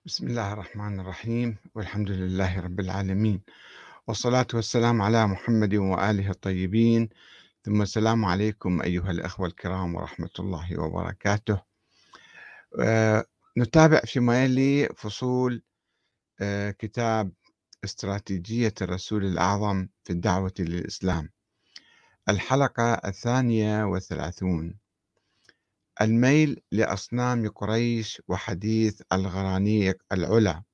بسم الله الرحمن الرحيم والحمد لله رب العالمين والصلاة والسلام على محمد وآله الطيبين ثم السلام عليكم أيها الأخوة الكرام ورحمة الله وبركاته. نتابع فيما يلي فصول كتاب استراتيجية الرسول الأعظم في الدعوة للإسلام، الحلقة 32: الميل لأصنام قريش وحديث الغرانيق العلا.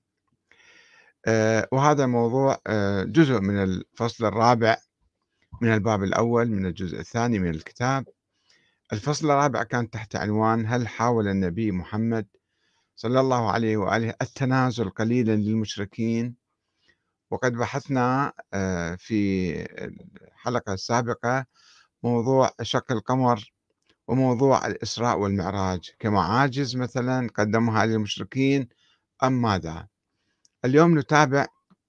وهذا موضوع جزء من الفصل الرابع من الباب الأول من الجزء الثاني من الكتاب. الفصل الرابع كان تحت عنوان: هل حاول النبي محمد صلى الله عليه وآله التنازل قليلا للمشركين؟ وقد بحثنا في الحلقة السابقة موضوع شق القمر وموضوع الإسراء والمعراج كمعاجز مثلا قدمها للمشركين أم ماذا؟ اليوم نتابع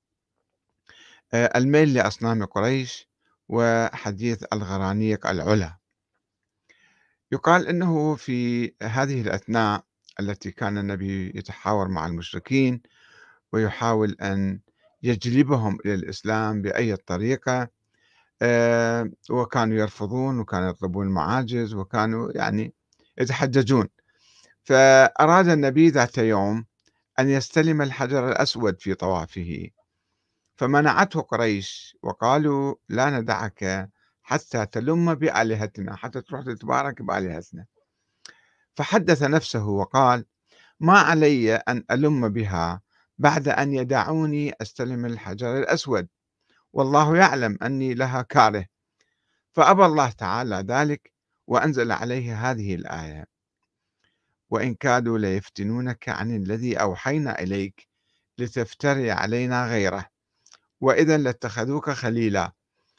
الميل لأصنام قريش وحديث الغرانيق العلا. يقال أنه في هذه الأثناء التي كان النبي يتحاور مع المشركين ويحاول أن يجلبهم إلى الإسلام بأي طريقة، وكانوا يرفضون وكانوا يطلبون المعاجز وكانوا يعني يتحججون. فأراد النبي ذات يوم أن يستلم الحجر الأسود في طوافه، فمنعته قريش وقالوا: لا ندعك حتى تلم بآلهتنا، حتى تروح تتبارك بآلهتنا. فحدث نفسه وقال: ما علي أن ألم بها بعد أن يدعوني أستلم الحجر الأسود، والله يعلم أني لها كاره. فأبى الله تعالى ذلك وأنزل عليه هذه الآية: وإن كادوا ليفتنونك عن الذي أوحينا إليك لتفتري علينا غيره وإذا لاتخذوك خليلا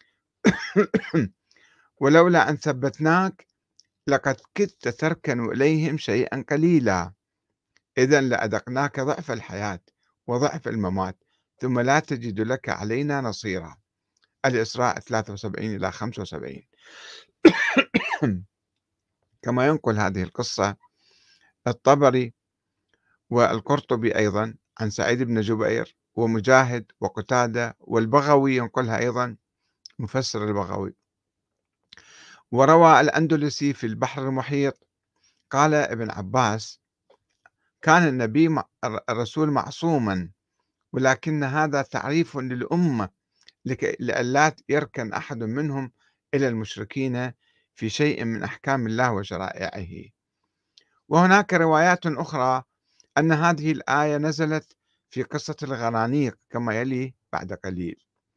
ولولا أن ثبتناك لقد كدت تركن إليهم شيئا قليلا إذا لأذقناك ضعف الحياة وضعف الممات ثم لا تجد لك علينا نصيرا. الإسراء 73 إلى 75. كما ينقل هذه القصة الطبري والقرطبي أيضا عن سعيد بن جبير ومجاهد وقتادة، والبغوي ينقلها أيضا، مفسر البغوي. وروى الأندلسي في البحر المحيط قال ابن عباس: كان الرسول معصوما، ولكن هذا تعريف للأمة لكي لئلا يركن أحد منهم إلى المشركين في شيء من أحكام الله وشرائعه. وهناك روايات أخرى أن هذه الآية نزلت في قصة الغرانيق كما يلي بعد قليل.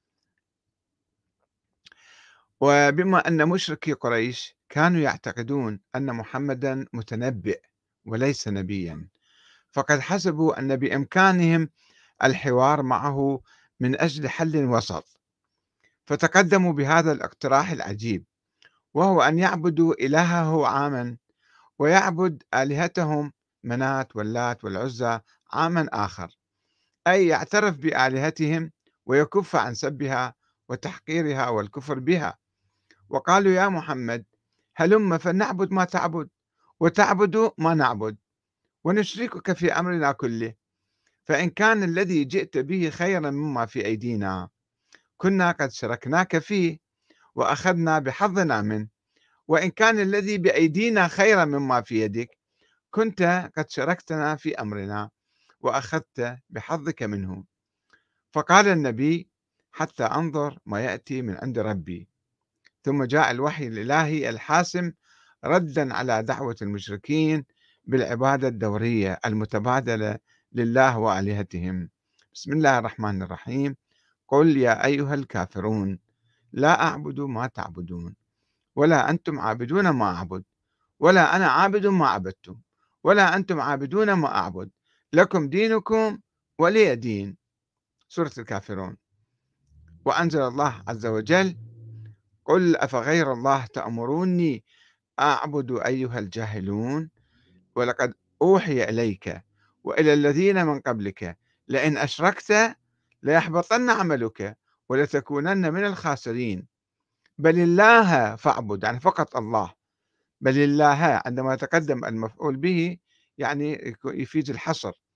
وبما أن مشركي قريش كانوا يعتقدون أن محمدا متنبئ وليس نبيا، فقد حسبوا أن بإمكانهم الحوار معه من أجل حل وسط، فتقدموا بهذا الاقتراح العجيب، وهو أن يعبدوا إلهه عاما ويعبد آلهتهم منات واللات والعزى عاما آخر، أي يعترف بآلهتهم ويكف عن سبها وتحقيرها والكفر بها. وقالوا: يا محمد، هلم فلنعبد ما تعبد وتعبد ما نعبد ونشركك في أمرنا كله، فإن كان الذي جئت به خيرا مما في أيدينا كنا قد شركناك فيه وأخذنا بحظنا منه، وإن كان الذي بأيدينا خيرا مما في يدك كنت قد شاركتنا في أمرنا وأخذت بحظك منه. فقال النبي: حتى أنظر ما يأتي من عند ربي. ثم جاء الوحي الإلهي الحاسم ردا على دعوة المشركين بالعبادة الدورية المتبادلة لله وآلهتهم. بسم الله الرحمن الرحيم: قل يا أيها الكافرون لا أعبد ما تعبدون ولا أنتم عابدون ما أعبد ولا أنا عابد ما عبدتم ولا أنتم عابدون ما أعبد لكم دينكم ولي دين. سورة الكافرون. وأنزل الله عز وجل: قل أفغير الله تأمروني أعبد أيها الجاهلون ولقد أوحي إليك وإلى الذين من قبلك لئن أشركت ليحبطن عملك ولتكونن من الخاسرين بل الله فاعبد، يعني فقط الله. بل الله عندما يتقدم المفعول به يعني يفيد الحصر،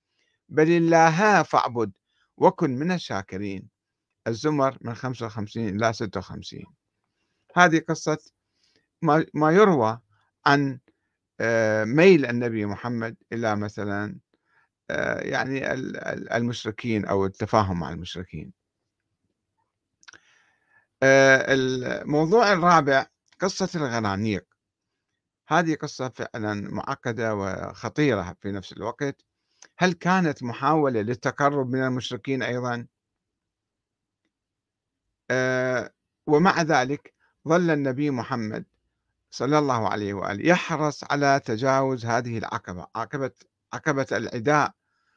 بل الله فاعبد وكن من الشاكرين. الزمر من 55 إلى 56. هذه قصة ما يروى عن ميل النبي محمد إلى مثلا يعني المشركين أو التفاهم مع المشركين. الموضوع الرابع قصة الغرانيق. هذه قصة فعلا معقدة وخطيرة في نفس الوقت. هل كانت محاولة للتقرب من المشركين أيضا؟ ومع ذلك ظل النبي محمد صلى الله عليه وآله يحرص على تجاوز هذه العقبة، عقبة العداء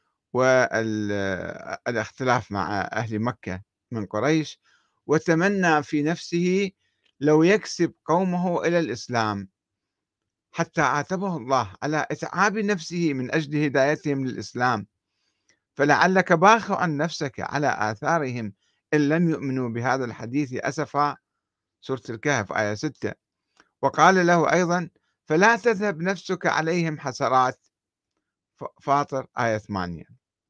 والاختلاف مع أهل مكة من قريش، وتمنى في نفسه لو يكسب قومه إلى الإسلام، حتى عاتبه الله على إتعاب نفسه من أجل هدايتهم للإسلام، فلعلك باخع نفسك على آثارهم إن لم يؤمنوا بهذا الحديث أسفا. سورة الكهف آية 6. وقال له أيضا فلا تذهب نفسك عليهم حسرات. فاطر آية 8.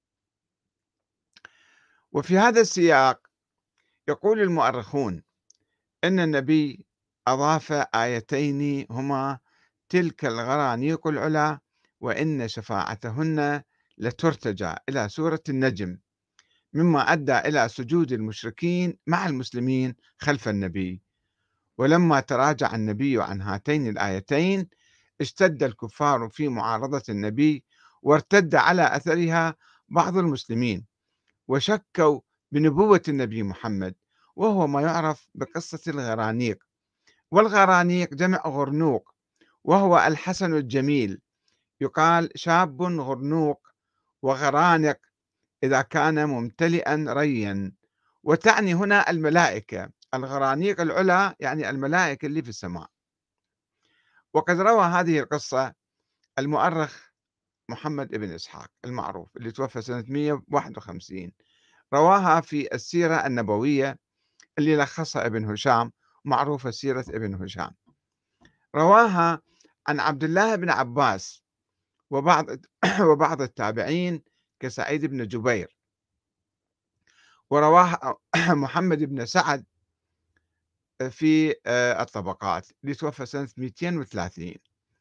وفي هذا السياق يقول المؤرخون أن النبي أضاف آيتين هما تلك الغرانيق العلا وإن شفاعتهن لترتجى إلى سورة النجم، مما أدى إلى سجود المشركين مع المسلمين خلف النبي. ولما تراجع النبي عن هاتين الآيتين اشتد الكفار في معارضة النبي، وارتد على أثرها بعض المسلمين وشكوا بنبوة النبي محمد، وهو ما يعرف بقصة الغرانيق. والغرانيق جمع غرنوق، وهو الحسن الجميل، يقال شاب غرنوق وغرانق إذا كان ممتلئا ريا، وتعني هنا الملائكة. الغرانيق العلا يعني الملائكة اللي في السماء. وقد روى هذه القصة المؤرخ محمد بن إسحاق المعروف اللي توفى سنة 151، رواها في السيرة النبوية اللي لخصها ابن هشام، معروفة سيرة ابن هشام. رواها عن عبد الله بن عباس وبعض وبعض التابعين كسعيد بن جبير. ورواها محمد بن سعد في الطبقات اللي توفى سنة 230.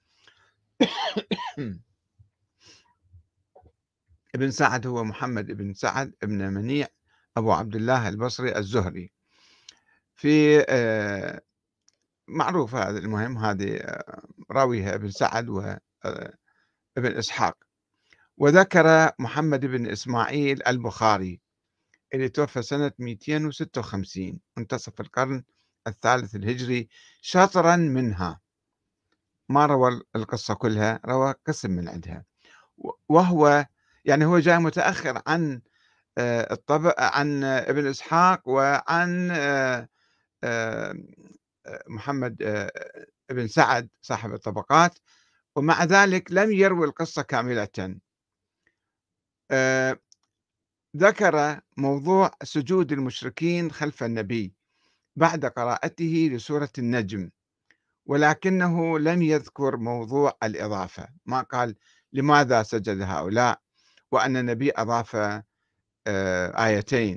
ابن سعد هو محمد بن سعد بن منيع أبو عبد الله البصري الزهري. في معروف هذا، المهم هذه راويها ابن سعد وابن إسحاق. وذكر محمد بن إسماعيل البخاري اللي توفى سنة 256 منتصف القرن الثالث الهجري شطرا منها، ما روى القصة كلها، روى قسم من عندها. وهو يعني هو جاي متأخر عن عن ابن إسحاق وعن محمد بن سعد صاحب الطبقات، ومع ذلك لم يروي القصة كاملة. ذكر موضوع سجود المشركين خلف النبي بعد قراءته لسورة النجم، ولكنه لم يذكر موضوع الإضافة، ما قال لماذا سجد هؤلاء وأن النبي أضاف آيتين.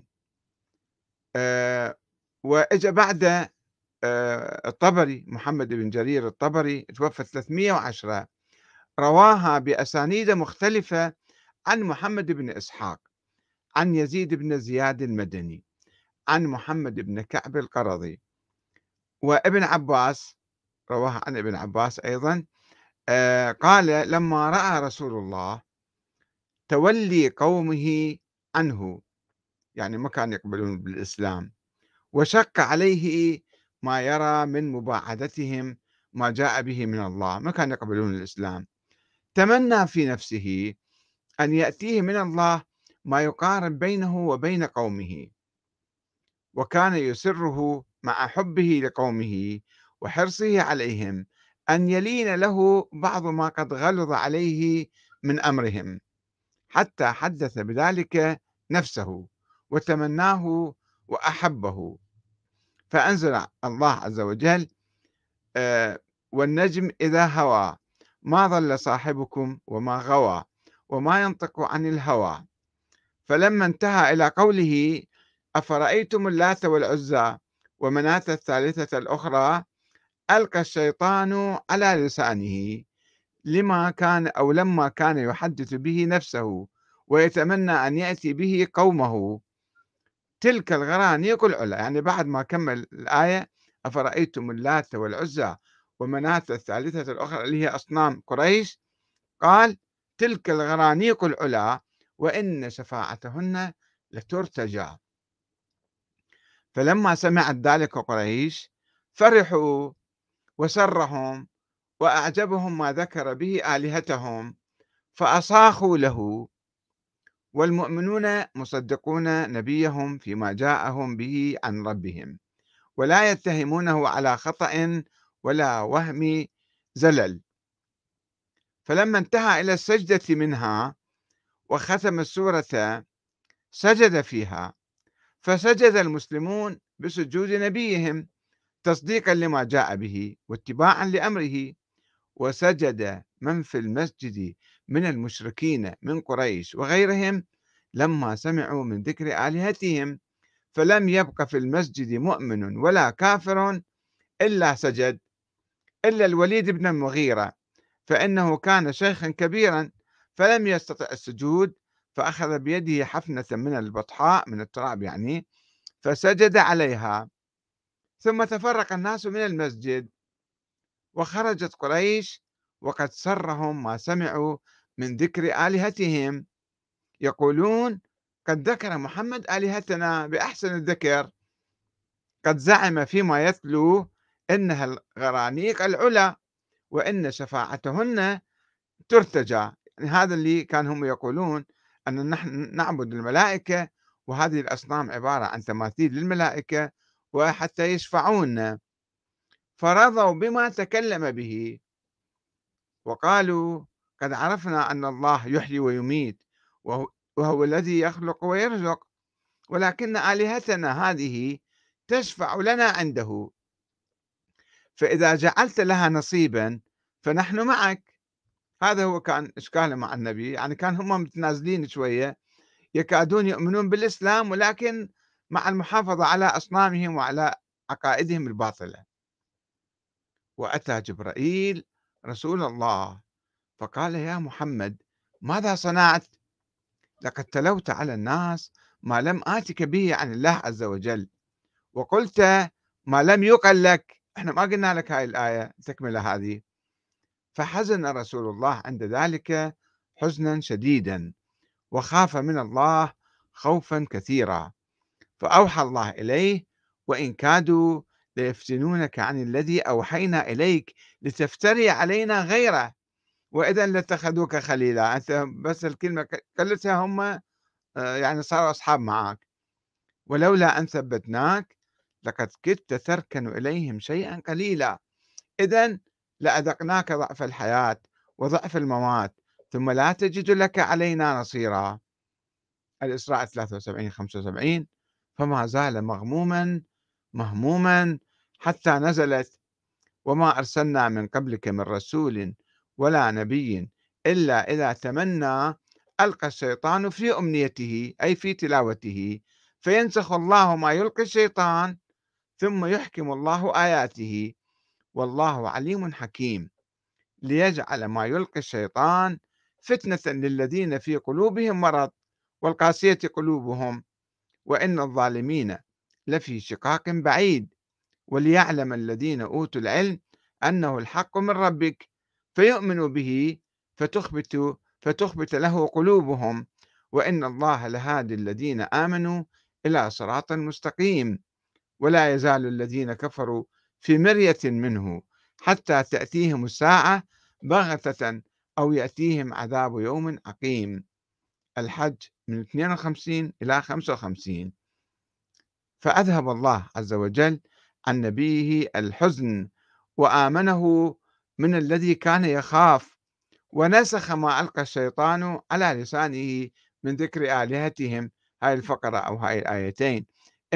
وإجا بعد الطبري محمد بن جرير الطبري توفى 310، رواها بأسانيد مختلفة عن محمد بن إسحاق، عن يزيد بن زياد المدني، عن محمد بن كعب القرظي. وابن عباس رواها عن ابن عباس أيضا قال لما رأى رسول الله تولي قومه عنه، يعني ما كانوا يقبلون بالإسلام، وشق عليه ما يرى من مباعدتهم ما جاء به من الله، ما كانوا يقبلون الإسلام، تمنى في نفسه أن يأتيه من الله ما يقارن بينه وبين قومه، وكان يسره مع حبه لقومه وحرصه عليهم أن يلين له بعض ما قد غلظ عليه من أمرهم، حتى حدث بذلك نفسه وتمناه وأحبه. فأنزل الله عز وجل والنجم إذا هوى ما ضل صاحبكم وما غوى وما ينطق عن الهوى فلما انتهى إلى قوله: أفرأيتم اللات والعزى ومناة الثالثة الأخرى، ألقى الشيطان على لسانه لما كان يحدث به نفسه ويتمنى أن يأتي به قومه: تلك الغرانيق العلا. يعني بعد ما كمل الآية: أفرأيتم اللات والعزى ومناة الثالثة الأخرى اللي هي أصنام قريش، قال: تلك الغرانيق العلا وإن شفاعتهن لترتجى. فلما سمعت ذلك قريش فرحوا وسرهم وأعجبهم ما ذكر به آلهتهم فأصاخوا له، والمؤمنون مصدقون نبيهم فيما جاءهم به عن ربهم، ولا يتهمونه على خطأ ولا وهم زلل. فلما انتهى إلى السجدة منها وختم السورة سجد فيها، فسجد المسلمون بسجود نبيهم تصديقا لما جاء به واتباعا لأمره، وسجد من في المسجد من المشركين من قريش وغيرهم لما سمعوا من ذكر آلهتهم، فلم يبق في المسجد مؤمن ولا كافر إلا سجد، إلا الوليد بن المغيرة، فإنه كان شيخا كبيرا فلم يستطع السجود، فأخذ بيده حفنة من البطحاء من التراب يعني، فسجد عليها. ثم تفرق الناس من المسجد وخرجت قريش وقد سرهم ما سمعوا من ذكر آلهتهم، يقولون: قد ذكر محمد آلهتنا بأحسن الذكر، قد زعم فيما يتلو إنها الغرانيق العلا وإن شفاعتهن ترتجى. يعني هذا اللي كان هم يقولون، أن نحن نعبد الملائكة وهذه الأصنام عبارة عن تماثيل للملائكة وحتى يشفعون، فرضوا بما تكلم به وقالوا: قد عرفنا أن الله يحيي ويميت وهو الذي يخلق ويرزق، ولكن آلهتنا هذه تشفع لنا عنده، فإذا جعلت لها نصيبا فنحن معك. هذا هو كان إشكاله مع النبي، يعني كان هم متنازلين شوية، يكادون يؤمنون بالإسلام ولكن مع المحافظة على أصنامهم وعلى عقائدهم الباطلة. وأتى جبرائيل رسول الله فقال: يا محمد، ماذا صنعت؟ لقد تلوت على الناس ما لم آتك به عن الله عز وجل، وقلت ما لم يقل لك. احنا ما قلنا لك هاي الآية تكملة هذه. فحزن رسول الله عند ذلك حزنا شديدا، وخاف من الله خوفا كثيرا، فأوحى الله إليه: وإن كادوا ليفتنونك عن الذي أوحينا إليك لتفتري علينا غيره وإذا لاتخذوك خليلا. أنت بس الكلمة قلتها هم يعني صاروا أصحاب معك. ولولا أن ثبتناك لقد كدت تركن إليهم شيئا قليلا، إذا لأذقناك ضعف الحياة وضعف الممات ثم لا تجد لك علينا نصيرا. الإسراء 73 75. فما زال مغموما مهموما حتى نزلت: وما أرسلنا من قبلك من رسول ولا نبي إلا إذا تمنى ألقى الشيطان في أمنيته أي في تلاوته فينسخ الله ما يلقي الشيطان ثم يحكم الله آياته والله عليم حكيم، ليجعل ما يلقي الشيطان فتنة للذين في قلوبهم مرض والقاسية قلوبهم وإن الظالمين لفي شقاق بعيد، وليعلم الذين أوتوا العلم أنه الحق من ربك فيؤمنوا به فتخبت له قلوبهم وإن الله لهادي الذين آمنوا إلى صراط مستقيم، ولا يزال الذين كفروا في مرية منه حتى تأتيهم الساعة بغتة أو يأتيهم عذاب يوم عقيم. الحج من 52 إلى 55. فأذهب الله عز وجل عن نبيه الحزن وآمنه من الذي كان يخاف، ونسخ ما ألقى الشيطان على لسانه من ذكر آلهتهم. هاي الفقرة أو هاي الآيتين: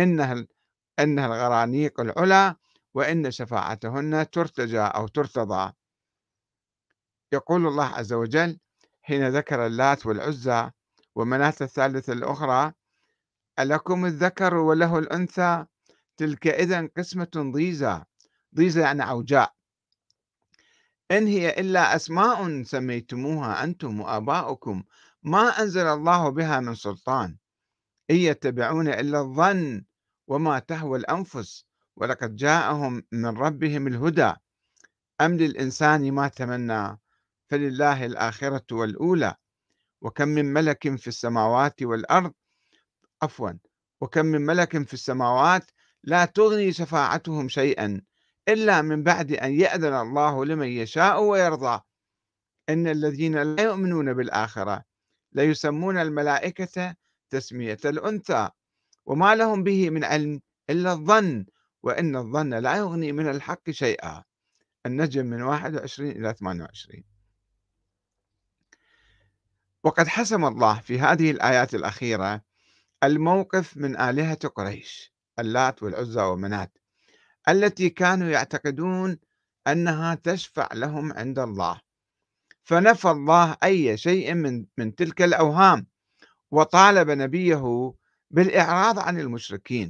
إنها الغرانيق العلا وإن شفاعتهن ترتجى أو ترتضى. يقول الله عز وجل حين ذكر اللات والعزى ومناة الثالثة الأخرى ألكم الذكر وله الأنثى تلك إذا قسمة ضيزى. ضيزى يعني عوجاء. إن هي إلا أسماء سميتموها أنتم وآباؤكم ما أنزل الله بها من سلطان إن يتبعون إلا الظن وما تهوى الأنفس ولقد جاءهم من ربهم الهدى أم للإنسان ما تمنى فلله الآخرة والأولى وكم من ملك في السماوات والأرض عفوا وكم من ملك في السماوات لا تغني شفاعتهم شيئا إلا من بعد أن يأذن الله لمن يشاء ويرضى إن الذين لا يؤمنون بالآخرة ليسمون الملائكة تسمية الأنثى وما لهم به من علم إلا الظن وإن الظن لا يغني من الحق شيئا. النجم من 21 إلى 28. وقد حسم الله في هذه الآيات الأخيرة الموقف من آلهة قريش اللات والعزى ومنات التي كانوا يعتقدون أنها تشفع لهم عند الله، فنفى الله أي شيء من تلك الأوهام وطالب نبيه بالإعراض عن المشركين.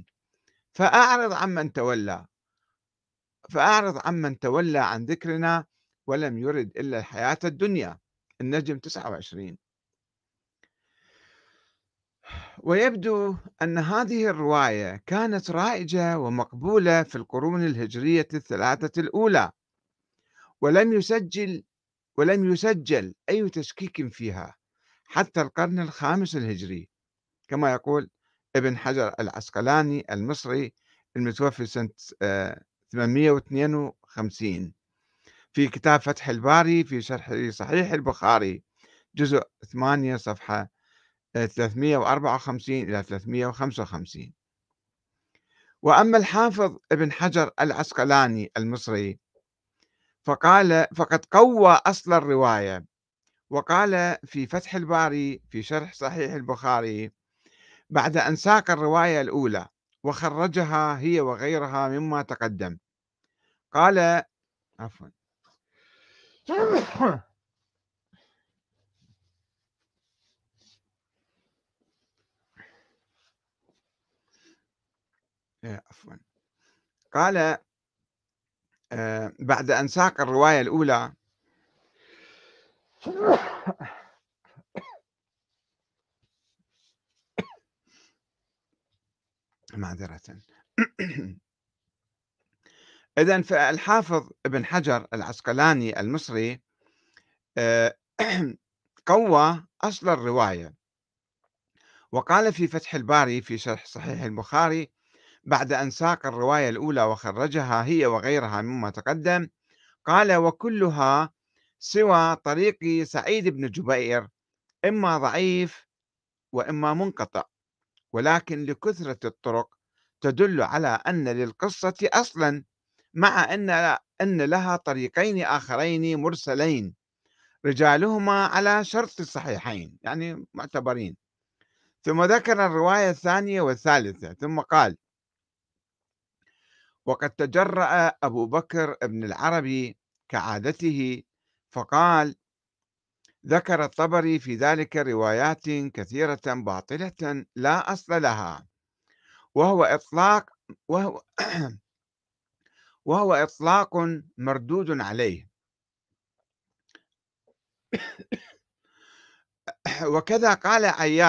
فأعرض عمن تولى عن ذكرنا ولم يرد إلا الحياة الدنيا. النجم 29. ويبدو أن هذه الرواية كانت رائجة ومقبولة في القرون الهجرية الثلاثة الأولى ولم يسجل ولم يسجل أي تشكيك فيها حتى القرن الخامس الهجري، كما يقول ابن حجر العسقلاني المصري المتوفي سنة 852 في كتاب فتح الباري في شرح صحيح البخاري جزء 8 صفحة 354 إلى 355. وأما الحافظ ابن حجر العسقلاني المصري فقد قوى أصل الرواية وقال في فتح الباري في شرح صحيح البخاري بعد أن ساق الرواية الأولى وخرجها هي وغيرها مما تقدم قال عفوا عفوا قال بعد أن ساق الرواية الأولى معذرة إذن فالحافظ ابن حجر العسقلاني المصري آه، قوى أصل الرواية وقال في فتح الباري في شرح صحيح البخاري بعد أن ساق الرواية الأولى وخرجها هي وغيرها مما تقدم قال وكلها سوى طريق سعيد بن جبير إما ضعيف وإما منقطع ولكن لكثرة الطرق تدل على أن للقصة أصلا مع أن لها طريقين آخرين مرسلين رجالهما على شرط الصحيحين يعني معتبرين. ثم ذكر الرواية الثانية والثالثة ثم قال وقد تجرأ أبو بكر ابن العربي كعادته فقال ذكر الطبري في ذلك روايات كثيرة باطلة لا أصل لها وهو إطلاق وهو, وهو إطلاق مردود عليه وكذا قال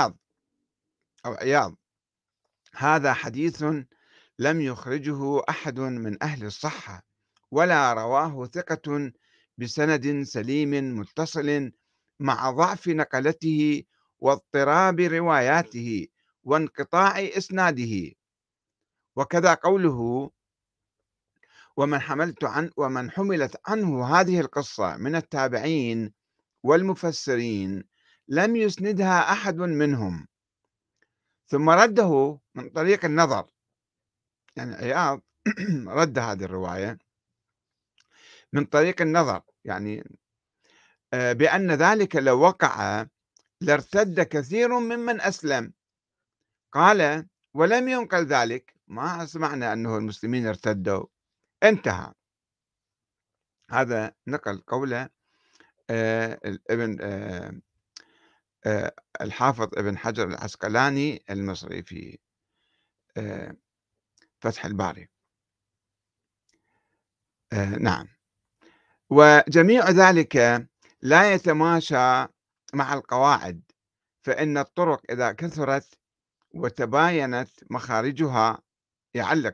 عياض هذا حديث لم يخرجه أحد من أهل الصحة ولا رواه ثقة بسند سليم متصل مع ضعف نقلته واضطراب رواياته وانقطاع إسناده. وكذا قوله ومن حملت عنه هذه القصة من التابعين والمفسرين لم يسندها أحد منهم. ثم رده من طريق النظر يعني عياض رد هذه الرواية من طريق النظر يعني بأن ذلك لو وقع لارتد كثير ممن أسلم. قال ولم ينقل ذلك ما سمعنا أنه المسلمين ارتدوا انتهى. هذا نقل قوله ابن الحافظ ابن حجر العسقلاني المصري في آآ فتح الباري. نعم. وجميع ذلك لا يتماشى مع القواعد، فإن الطرق إذا كثرت وتباينت مخارجها، يعلّق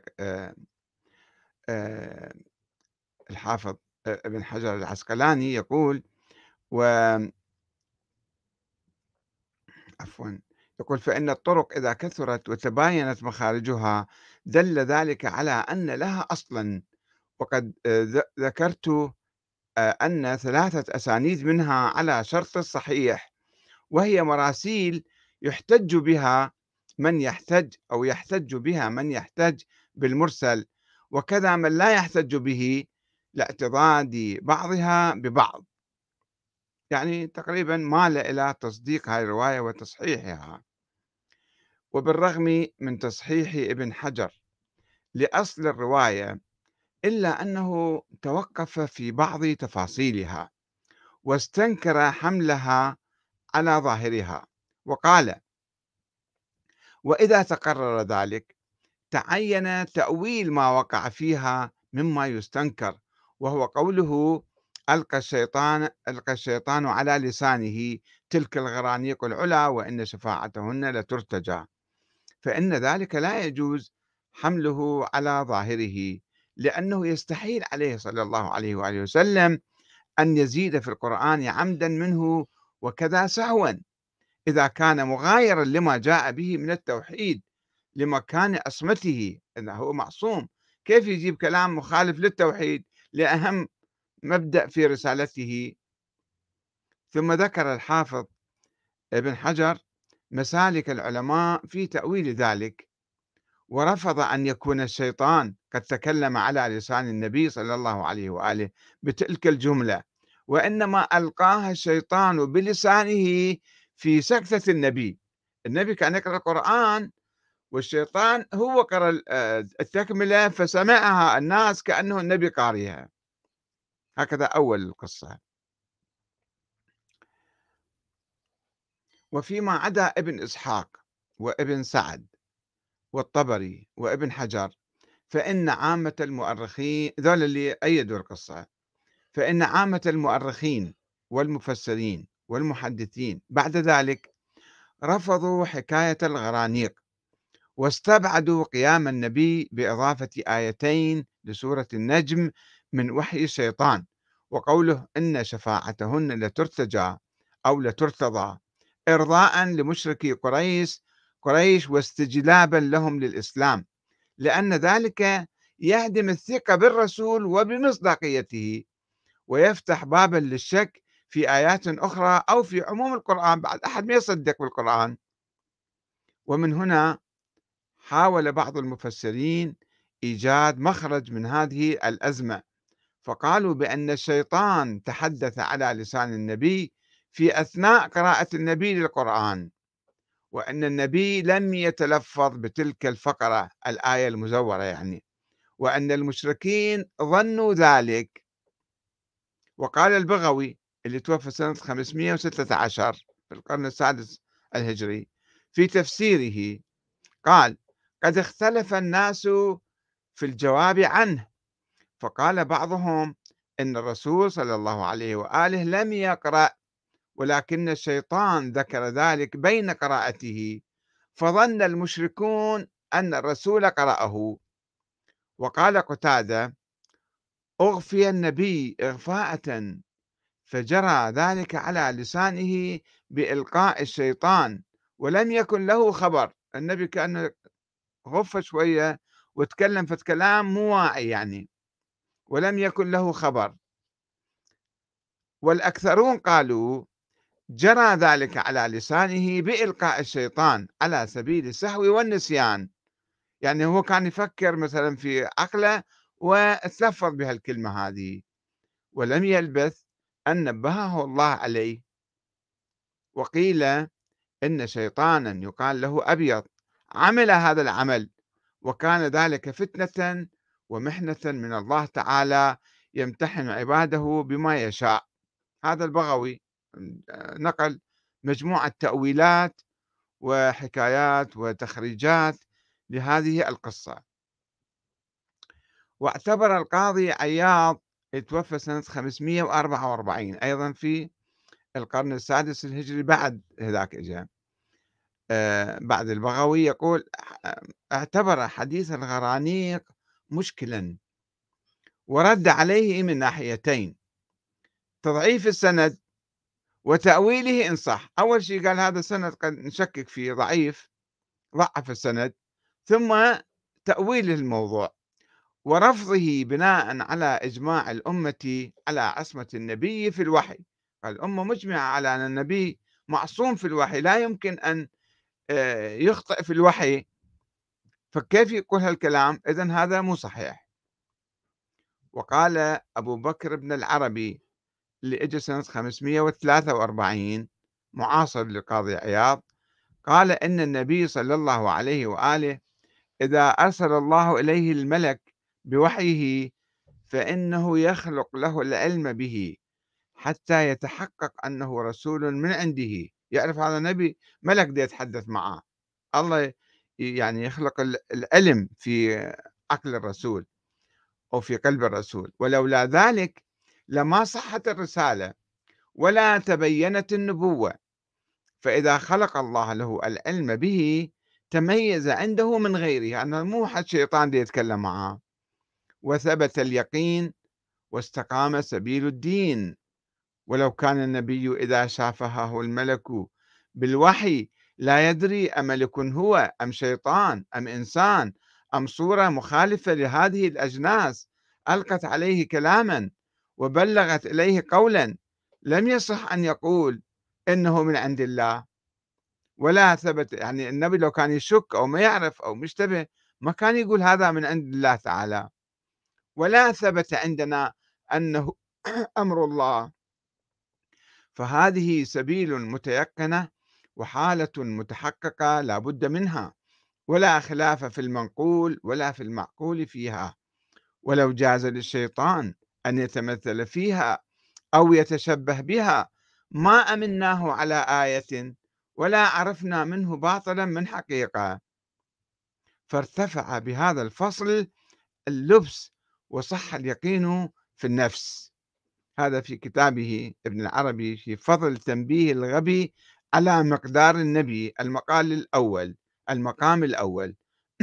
آآ الحافظ ابن حجر العسقلاني يقول و عفوًا، يقول: "فإن الطرق إذا كثرت وتباينت مخارجها دل ذلك على أن لها أصلًا، وقد ذكرت أن 3 أسانيد منها على شرط الصحيح، وهي مراسيل يحتج بها من يحتج بالمرسل، وكذا من لا يحتج به لاعتضاد بعضها ببعض." يعني تقريبًا مال إلى تصديق هاي الرواية وتصحيحها. وبالرغم من تصحيح ابن حجر لأصل الرواية، إلا أنه توقف في بعض تفاصيلها واستنكر حملها على ظاهرها، وقال: وإذا تقرر ذلك تعين تأويل ما وقع فيها مما يستنكر، وهو قوله: ألقى الشيطان على لسانه تلك الغرانيق العلا وإن شفاعتهن لترتجى. فإن ذلك لا يجوز حمله على ظاهره، لأنه يستحيل عليه صلى الله عليه وآله وسلم أن يزيد في القرآن عمدا منه وكذا سهوا، إذا كان مغايرا لما جاء به من التوحيد لمكان عصمته، إنه هو معصوم. كيف يجيب كلام مخالف للتوحيد لأهم مبدأ في رسالته؟ ثم ذكر الحافظ ابن حجر مسالك العلماء في تأويل ذلك، ورفض أن يكون الشيطان قد تكلم على لسان النبي صلى الله عليه وآله بتلك الجملة، وإنما ألقاها الشيطان بلسانه في سكتة النبي. النبي كان يقرأ القرآن والشيطان هو قرأ التكملة فسمعها الناس كأنه النبي قارئها. هكذا أول القصة. وفيما عدا ابن إسحاق وابن سعد والطبري وابن حجر، فإن عامة المؤرخين ذول اللي أيدوا القصة، فإن عامة المؤرخين والمفسرين والمحدثين بعد ذلك رفضوا حكاية الغرانيق، واستبعدوا قيام النبي بإضافة آيتين لسورة النجم من وحي الشيطان، وقوله إن شفاعتهن لترتجى أو لترتضى، إرضاء لمشركي قريش واستجلابا لهم للإسلام، لأن ذلك يهدم الثقة بالرسول وبمصداقيته، ويفتح بابا للشك في آيات أخرى أو في عموم القرآن، بعد أحد ما يصدق بالقرآن. ومن هنا حاول بعض المفسرين إيجاد مخرج من هذه الأزمة، فقالوا بأن الشيطان تحدث على لسان النبي في أثناء قراءة النبي للقرآن، وأن النبي لم يتلفظ بتلك الفقرة الآية المزورة يعني، وأن المشركين ظنوا ذلك. وقال البغوي اللي توفى سنة 516 في القرن السادس الهجري في تفسيره، قال: قد اختلف الناس في الجواب عنه، فقال بعضهم إن الرسول صلى الله عليه وآله لم يقرأ، ولكن الشيطان ذكر ذلك بين قراءته، فظن المشركون أن الرسول قرأه. وقال قتادة: أغفي النبي إغفاءة، فجرى ذلك على لسانه بإلقاء الشيطان، ولم يكن له خبر. النبي كأنه غف شوية وتكلم في كلام مو واعي يعني، ولم يكن له خبر. والأكثرون قالوا جرى ذلك على لسانه بإلقاء الشيطان على سبيل السهو والنسيان، يعني هو كان يفكر مثلا في عقله وتلفظ بهالكلمة هذه، ولم يلبث أن نبهه الله عليه. وقيل إن شيطانا يقال له أبيض عمل هذا العمل، وكان ذلك فتنة ومحنة من الله تعالى يمتحن عباده بما يشاء. هذا البغوي نقل مجموعة تأويلات وحكايات وتخريجات لهذه القصة. واعتبر القاضي عياض، توفى سنة 544 أيضا في القرن السادس الهجري، بعد هذاك إجا بعد البغوي، يقول: اعتبر حديث الغرانيق مشكلا ورد عليه من ناحيتين: تضعيف السند وتأويله إن صح. أول شيء قال هذا السند قد نشكك فيه، ضعيف، ضعف السند. ثم تأويل الموضوع ورفضه بناء على إجماع الأمة على عصمة النبي في الوحي. الأمة مجمعة على أن النبي معصوم في الوحي، لا يمكن أن يخطئ في الوحي، فكيف يقول هالكلام؟ إذن هذا مو صحيح. وقال أبو بكر بن العربي اللي اجى سنة 543 معاصر للقاضي عياض، قال إن النبي صلى الله عليه وآله إذا أرسل الله إليه الملك بوحيه فإنه يخلق له العلم به حتى يتحقق أنه رسول من عنده. يعرف هذا النبي ملك دي يتحدث معه، الله يعني يخلق العلم في عقل الرسول أو في قلب الرسول، ولولا ذلك لما صحت الرسالة ولا تبينت النبوة. فإذا خلق الله له العلم به تميز عنده من غيره، يعني مو حد شيطان دي يتكلم معه، وثبت اليقين واستقام سبيل الدين. ولو كان النبي إذا شافهه الملك بالوحي لا يدري أملك هو أم شيطان أم إنسان أم صورة مخالفة لهذه الأجناس ألقت عليه كلاما وبلغت إليه قولا، لم يصح أن يقول إنه من عند الله. ولا ثبت، يعني النبي لو كان يشك أو ما يعرف أو مشتبه ما كان يقول هذا من عند الله تعالى. ولا ثبت عندنا أنه أمر الله. فهذه سبيل متيقنة وحالة متحققة لا بد منها، ولا خلاف في المنقول ولا في المعقول فيها. ولو جاز للشيطان أن يتمثل فيها أو يتشبه بها ما أمناه على آية ولا عرفنا منه باطلا من حقيقة. فارتفع بهذا الفصل اللبس وصح اليقين في النفس. هذا في كتابه ابن العربي في فضل تنبيه الغبي على مقدار النبي، المقام الأول.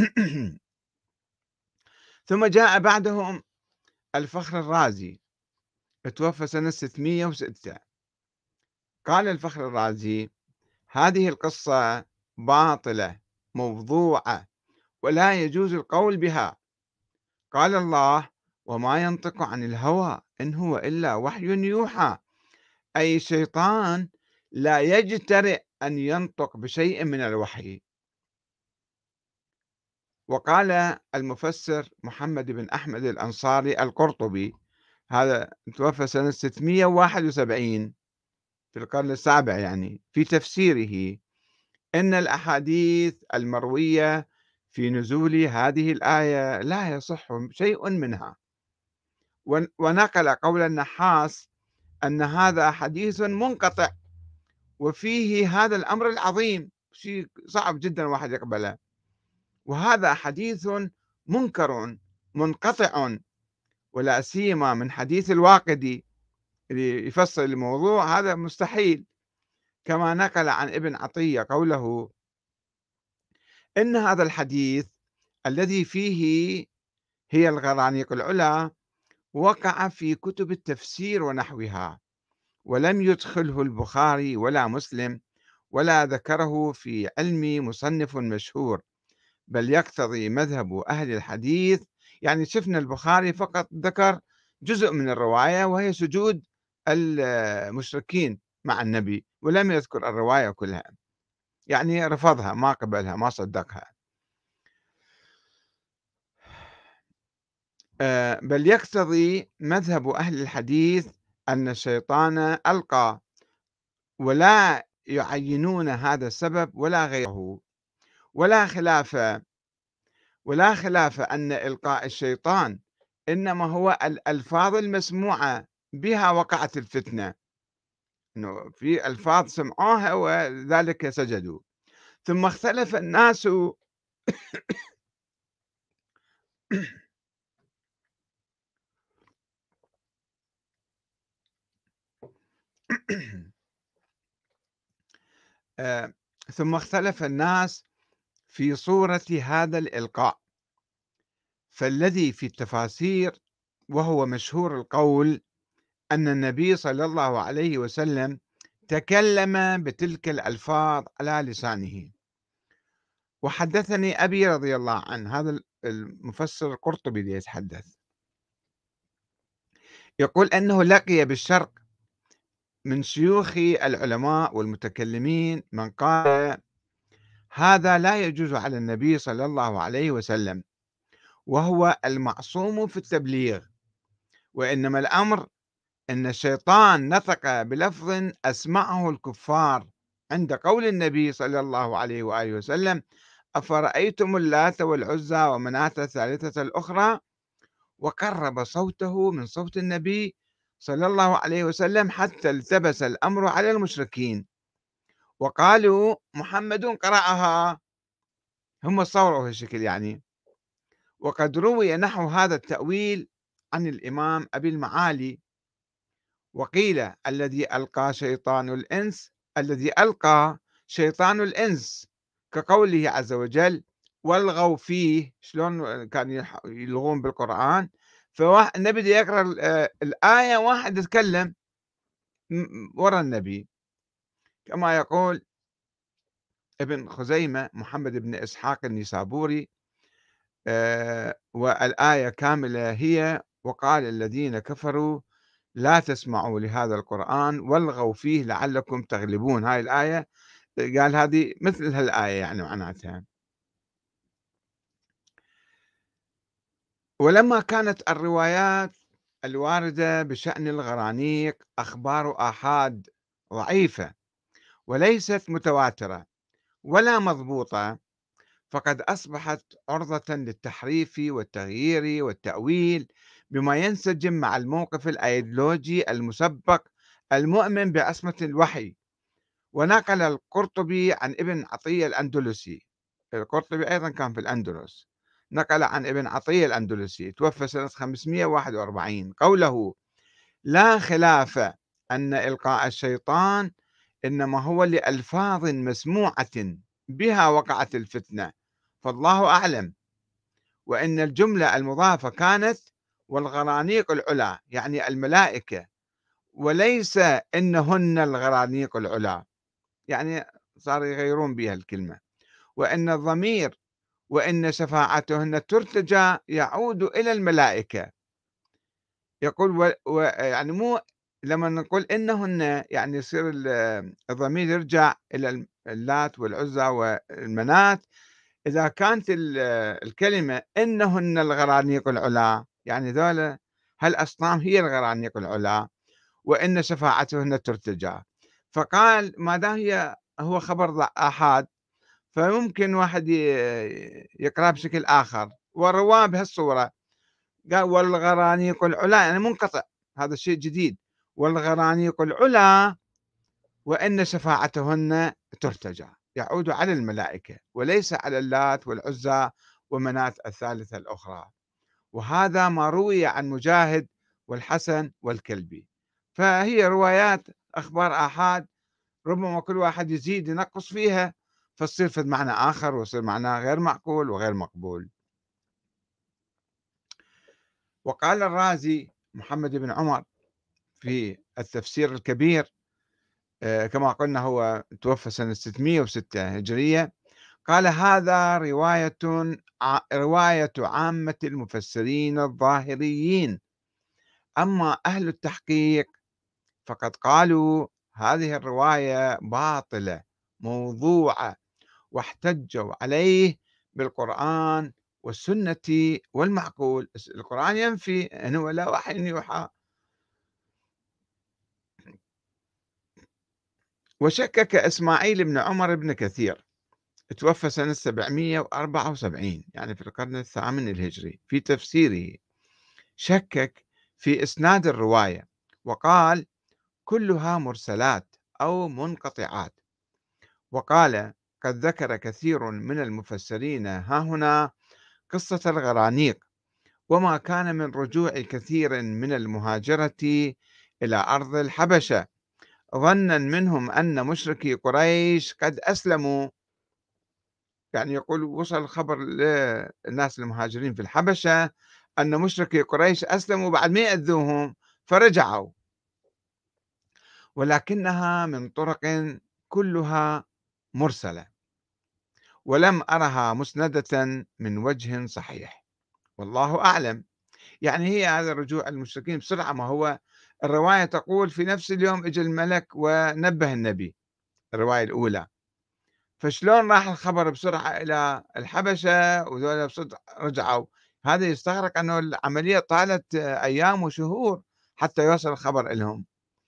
ثم جاء بعدهم الفخر الرازي، توفى سنة 606. قال الفخر الرازي: هذه القصة باطلة موضوعة ولا يجوز القول بها. قال الله: وما ينطق عن الهوى إن هو إلا وحي يوحى. أي شيطان لا يجترئ أن ينطق بشيء من الوحي. وقال المفسر محمد بن أحمد الأنصاري القرطبي، هذا توفى سنة 671 في القرن السابع، يعني في تفسيره: إن الأحاديث المروية في نزول هذه الآية لا يصح شيء منها. ونقل قول النحاس أن هذا حديث منقطع وفيه هذا الأمر العظيم، شيء صعب جدا واحد يقبله، وهذا حديث منكر منقطع، ولا سيما من حديث الواقدي اللي يفصل الموضوع، هذا مستحيل. كما نقل عن ابن عطية قوله: إن هذا الحديث الذي فيه هي الغرانيق العلا وقع في كتب التفسير ونحوها، ولم يدخله البخاري ولا مسلم ولا ذكره في علم مصنف مشهور، بل يقتضي مذهب أهل الحديث. يعني شفنا البخاري فقط ذكر جزء من الرواية وهي سجود المشركين مع النبي، ولم يذكر الرواية كلها، يعني رفضها، ما قبلها، ما صدقها. بل يقتضي مذهب أهل الحديث أن الشيطان ألقى، ولا يعينون هذا السبب ولا غيره. ولا خلاف ولا خلاف أن إلقاء الشيطان إنما هو الألفاظ المسموعة بها وقعت الفتنة، إنه في ألفاظ سمعوها ولذلك سجدوا. ثم اختلف الناس آآ ثم اختلف الناس في صورة هذا الإلقاء، فالذي في التفاسير وهو مشهور القول أن النبي صلى الله عليه وسلم تكلم بتلك الألفاظ على لسانه. وحدثني أبي رضي الله عنه، هذا المفسر القرطبي اللي يتحدث، يقول أنه لقي بالشرق من شيوخ العلماء والمتكلمين من قال هذا لا يجوز على النبي صلى الله عليه وسلم، وهو المعصوم في التبليغ، وإنما الأمر أن الشيطان نطق بلفظ أسمعه الكفار عند قول النبي صلى الله عليه وآله وسلم: أفرأيتم اللات والعزى ومناة الثالثة الأخرى، وقرب صوته من صوت النبي صلى الله عليه وسلم حتى التبس الأمر على المشركين وقالوا محمد قرأها، هم صوروا هالشكل يعني. وقد روي نحو هذا التأويل عن الإمام أبي المعالي، وقيل الذي ألقى شيطان الإنس، كقوله عز وجل: والغوا فيه. شلون كانوا يلغون بالقرآن؟ فالنبي بده يقرأ الآية، واحد يتكلم ورا النبي، كما يقول ابن خزيمة محمد بن إسحاق النيسابوري، والآية كاملة هي: وقال الذين كفروا لا تسمعوا لهذا القرآن والغوا فيه لعلكم تغلبون. هاي الآية قال هذه مثل هالآية يعني معناتها. ولما كانت الروايات الواردة بشأن الغرانيق أخبار آحاد ضعيفة وليست متواترة ولا مضبوطة، فقد أصبحت عرضة للتحريف والتغيير والتأويل بما ينسجم مع الموقف الأيديولوجي المسبق المؤمن بعصمة الوحي. ونقل القرطبي عن ابن عطية الأندلسي، القرطبي أيضا كان في الأندلس، نقل عن ابن عطية الأندلسي توفى سنة 541 قوله: لا خلاف أن إلقاء الشيطان إنما هو لألفاظ مسموعة بها وقعت الفتنة، فالله أعلم. وإن الجملة المضافة كانت والغرانيق العلا، يعني الملائكة، وليس إنهن الغرانيق العلا، يعني صاروا يغيرون بها الكلمة. وإن الضمير وإن شفاعتهن ترتجى يعود إلى الملائكة. يقول يعني مو لما نقول إنهن يعني يصير الضمير يرجع إلى اللات والعزى والمناة، إذا كانت الكلمة إنهن الغرانيق العلا، يعني ذولا هالأصنام هي الغرانيق العلا، وإن شفاعتهن ترتجى. فقال ما دام هو خبر آحاد، فممكن واحد يقرأ بشكل آخر ورواه بهالصورة. قال والغرانيق العلا، يعني منقطع، هذا شيء جديد. والغرانيق العلا وإن شفاعتهن ترتجى، يعود على الملائكة وليس على اللات والعزى ومناة الثالثة الأخرى. وهذا ما روي عن مجاهد والحسن والكلبي. فهي روايات أخبار آحاد، ربما كل واحد يزيد ينقص فيها فتصير في معنى آخر ويصير معناه غير معقول وغير مقبول. وقال الرازي محمد بن عمر في التفسير الكبير، كما قلنا هو توفى سنة 606 هجرية، قال: هذا رواية عامة المفسرين الظاهريين، أما أهل التحقيق فقد قالوا هذه الرواية باطلة موضوعة، واحتجوا عليه بالقرآن والسنة والمعقول. القرآن ينفي أنه لا وحي يوحى. وشكك إسماعيل بن عمر بن كثير، توفى سنة 774 يعني في القرن الثامن الهجري، في تفسيره شكك في إسناد الرواية وقال: كلها مرسلات أو منقطعات. وقال: قد ذكر كثير من المفسرين ها هنا قصة الغرانيق، وما كان من رجوع كثير من المهاجرة إلى أرض الحبشة، ظنا منهم أن مشركي قريش قد أسلموا. يعني يقول وصل الخبر للناس المهاجرين في الحبشة أن مشركي قريش أسلموا بعد ما يأذوهم فرجعوا، ولكنها من طرق كلها مرسلة، ولم أرها مسندة من وجه صحيح، والله أعلم. يعني هي هذا رجوع المشركين بسرعة، ما هو الرواية تقول في نفس اليوم اجى الملك ونبه النبي، الرواية الأولى، فشلون راح الخبر بسرعة إلى الحبشة وذولا بصدق رجعوا؟ هذا يستغرق أنه العملية طالت أيام وشهور حتى يوصل الخبر إلهم.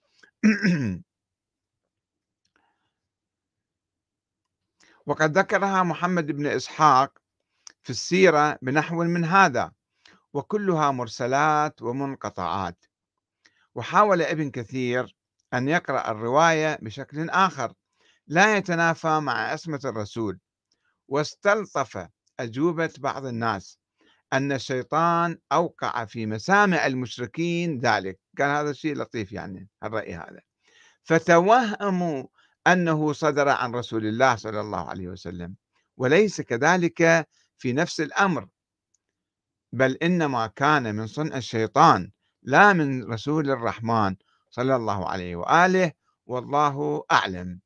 وقد ذكرها محمد بن إسحاق في السيرة بنحو من هذا، وكلها مرسلات ومنقطعات. وحاول ابن كثير أن يقرأ الرواية بشكل آخر لا يتنافى مع عصمة الرسول، واستلطف أجوبة بعض الناس أن الشيطان أوقع في مسامع المشركين ذلك. قال هذا شيء لطيف، يعني الرأي هذا، فتوهموا أنه صدر عن رسول الله صلى الله عليه وسلم، وليس كذلك في نفس الأمر، بل إنما كان من صنع الشيطان لا من رسول الرحمن صلى الله عليه وآله، والله أعلم.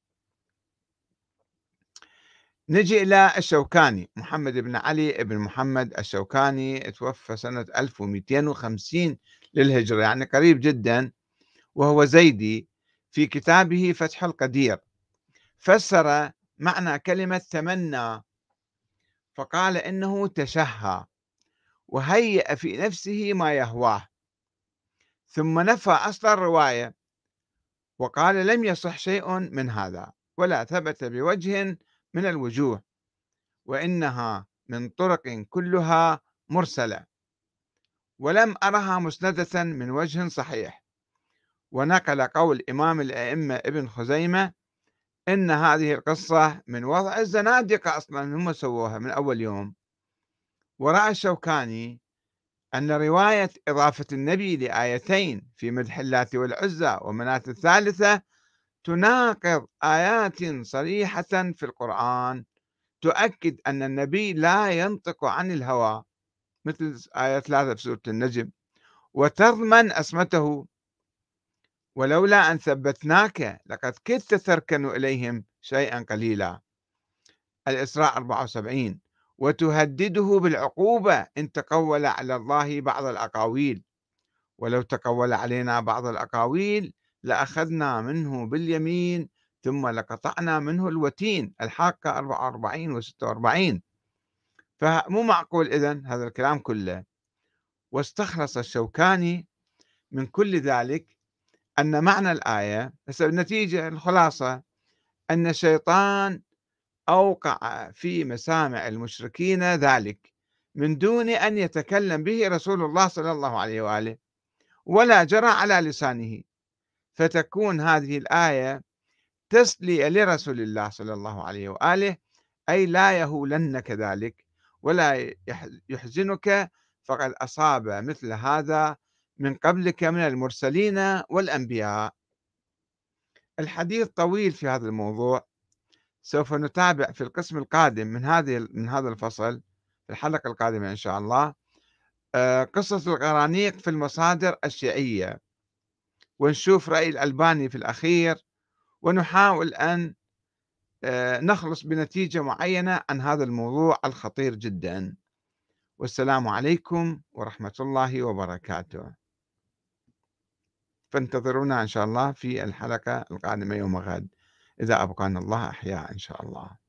نجي إلى الشوكاني، محمد بن علي بن محمد الشوكاني، توفى سنة 1250 للهجرة، يعني قريب جدا، وهو زيدي. في كتابه فتح القدير فسر معنى كلمة تمنى، فقال إنه تشهى وهيأ في نفسه ما يهواه، ثم نفى أصل الرواية وقال لم يصح شيء من هذا ولا ثبت بوجه من الوجوه، وإنها من طرق كلها مرسلة، ولم أرها مسندة من وجه صحيح. ونقل قول إمام الأئمة ابن خزيمة إن هذه القصة من وضع الزنادقة، أصلا هم سووها من أول يوم. ورأى الشوكاني أن رواية إضافة النبي لآيتين في مدح اللات والعزى ومناة الثالثة تناقض آيات صريحة في القرآن تؤكد أن النبي لا ينطق عن الهوى، مثل آية 3 في سورة النجم، وتضمن عصمته، ولولا أن ثبتناك لقد كدت تركن إليهم شيئا قليلا، الإسراء 74، وتهدده بالعقوبة إن تقول على الله بعض الأقاويل، ولو تقول علينا بعض الأقاويل لأخذنا منه باليمين ثم لقطعنا منه الوتين، الحاقة 44 و 46. فمو معقول إذن هذا الكلام كله. واستخلص الشوكاني من كل ذلك أن معنى الآية، النتيجة الخلاصة أن الشيطان أوقع في مسامع المشركين ذلك من دون أن يتكلم به رسول الله صلى الله عليه وآله ولا جرى على لسانه، فتكون هذه الآية تسلية لرسول الله صلى الله عليه وآله، أي لا يهولنك ذلك ولا يحزنك، فقد أصاب مثل هذا من قبلك من المرسلين والأنبياء. الحديث طويل في هذا الموضوع، سوف نتابع في القسم القادم من هذا الفصل، في الحلقة القادمة إن شاء الله، قصة الغرانيق في المصادر الشيعية، ونشوف رأي الألباني في الأخير، ونحاول أن نخلص بنتيجة معينة عن هذا الموضوع الخطير جدا. والسلام عليكم ورحمة الله وبركاته. فانتظرونا إن شاء الله في الحلقة القادمة يوم غد، إذا أبقانا الله أحياء إن شاء الله.